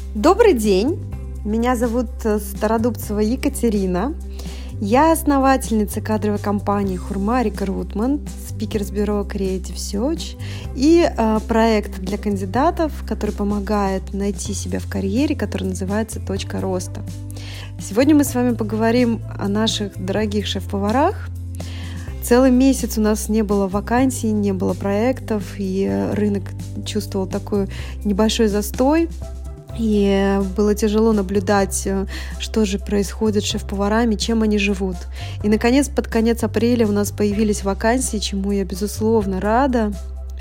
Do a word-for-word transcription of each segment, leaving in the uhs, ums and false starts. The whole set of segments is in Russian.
Добрый день! Меня зовут Стародубцева Екатерина. Я основательница кадровой компании Хурма Recruitment, спикер с бюро Creative Search и э, проект для кандидатов, который помогает найти себя в карьере, который называется «Точка роста». Сегодня мы с вами поговорим о наших дорогих шеф-поварах. Целый месяц у нас не было вакансий, не было проектов, и рынок чувствовал такой небольшой застой. И было тяжело наблюдать, что же происходит с шеф-поварами, чем они живут. И, наконец, под конец апреля у нас появились вакансии, чему я, безусловно, рада.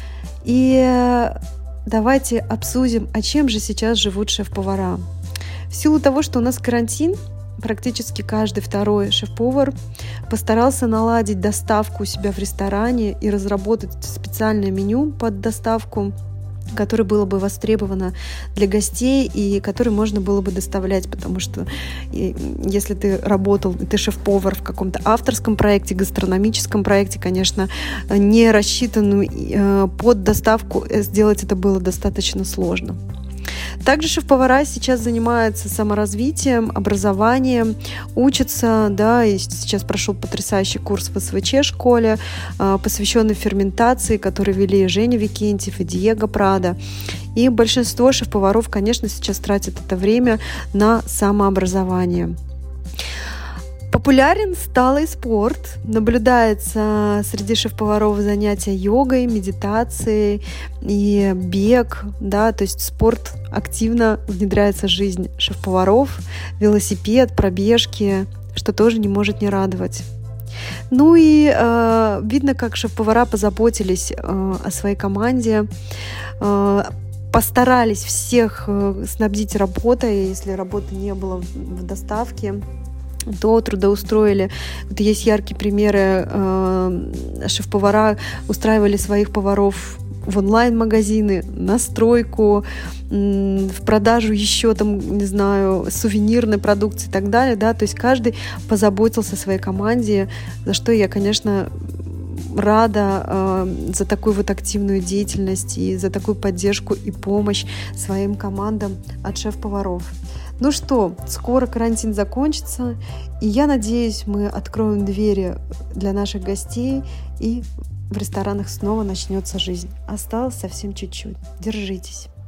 И давайте обсудим, а чем же сейчас живут шеф-повара. В силу того, что у нас карантин, практически каждый второй шеф-повар постарался наладить доставку у себя в ресторане и разработать специальное меню под доставку, которое было бы востребовано для гостей и которое можно было бы доставлять, потому что если ты работал, ты шеф-повар в каком-то авторском проекте, гастрономическом проекте, конечно, не рассчитанном под доставку, сделать это было достаточно сложно. Также шеф-повара сейчас занимаются саморазвитием, образованием, учатся, да, и сейчас прошел потрясающий курс в эс вэ че-школе, посвященный ферментации, который вели Женя Викентьев и Диего Прадо. И большинство шеф-поваров, конечно, сейчас тратят это время на самообразование. Популярен стал и спорт. Наблюдается среди шеф-поваров занятия йогой, медитацией и бег. Да, то есть спорт активно внедряется в жизнь шеф-поваров. Велосипед, пробежки, что тоже не может не радовать. Ну и э, видно, как шеф-повара позаботились э, о своей команде, э, постарались всех э, снабдить работой, если работы не было в, в доставке, то трудоустроили. Вот есть яркие примеры. Шеф-повара устраивали своих поваров в онлайн-магазины, на стройку, в продажу еще там, не знаю, сувенирной продукции и так далее. Да? То есть каждый позаботился о своей команде, за что я, конечно, рада э, за такую вот активную деятельность и за такую поддержку и помощь своим командам от шеф-поваров. Ну что, скоро карантин закончится, и я надеюсь, мы откроем двери для наших гостей, и в ресторанах снова начнется жизнь. Осталось совсем чуть-чуть. Держитесь.